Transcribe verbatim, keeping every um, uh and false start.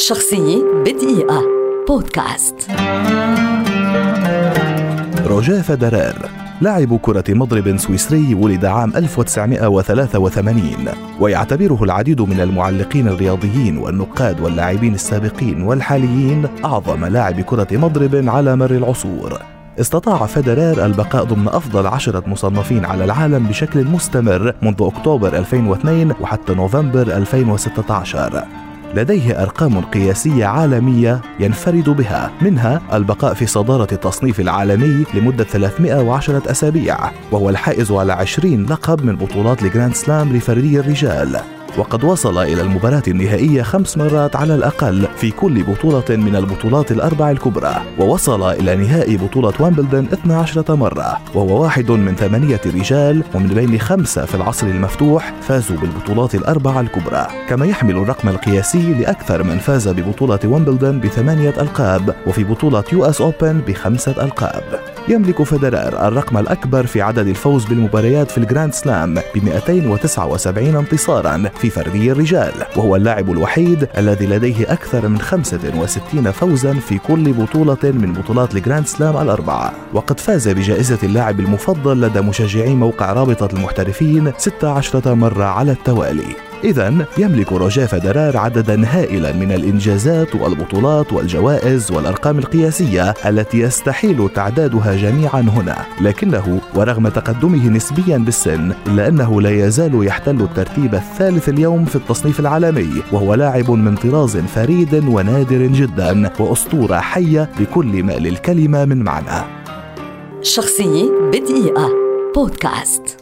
شخصية بدقيقة بودكاست. روجيه فيدرر لاعب كرة مضرب سويسري ولد عام ألف وتسعمائة وثلاثة وثمانين، ويعتبره العديد من المعلقين الرياضيين والنقاد واللاعبين السابقين والحاليين أعظم لاعب كرة مضرب على مر العصور. استطاع فيدرر البقاء ضمن أفضل عشرة مصنفين على العالم بشكل مستمر منذ أكتوبر ألفين واثنين وحتى نوفمبر ألفين وستة عشر. لديه أرقام قياسية عالمية ينفرد بها، منها البقاء في صدارة التصنيف العالمي لمدة ثلاثمائة وعشرة أسابيع، وهو الحائز على عشرين لقب من بطولات الجراند سلام لفردي الرجال، وقد وصل إلى المباراة النهائية خمس مرات على الأقل في كل بطولة من البطولات الأربع الكبرى، ووصل إلى نهائي بطولة ويمبلدون اثنتي عشرة مرة، وهو واحد من ثمانية رجال ومن بين خمسة في العصر المفتوح فازوا بالبطولات الأربع الكبرى. كما يحمل الرقم القياسي لأكثر من فاز ببطولة ويمبلدون بثمانية ألقاب، وفي بطولة يو اس أوبن بخمسة ألقاب. يملك فيدرر الرقم الأكبر في عدد الفوز بالمباريات في الجراند سلام ب مئتين وتسعة وسبعين انتصارا في فردي الرجال، وهو اللاعب الوحيد الذي لديه أكثر من خمسة وستين فوزا في كل بطولة من بطولات الجراند سلام الأربعة، وقد فاز بجائزة اللاعب المفضل لدى مشجعي موقع رابطة المحترفين ستة عشرة مرة على التوالي. إذن يملك روجيه فيدرر عددا هائلا من الإنجازات والبطولات والجوائز والأرقام القياسية التي يستحيل تعدادها جميعا هنا، لكنه ورغم تقدمه نسبيا بالسن إلا أنه لا يزال يحتل الترتيب الثالث اليوم في التصنيف العالمي، وهو لاعب من طراز فريد ونادر جدا وأسطورة حية بكل ما للكلمة من معنى. شخصية بدقيقة بودكاست.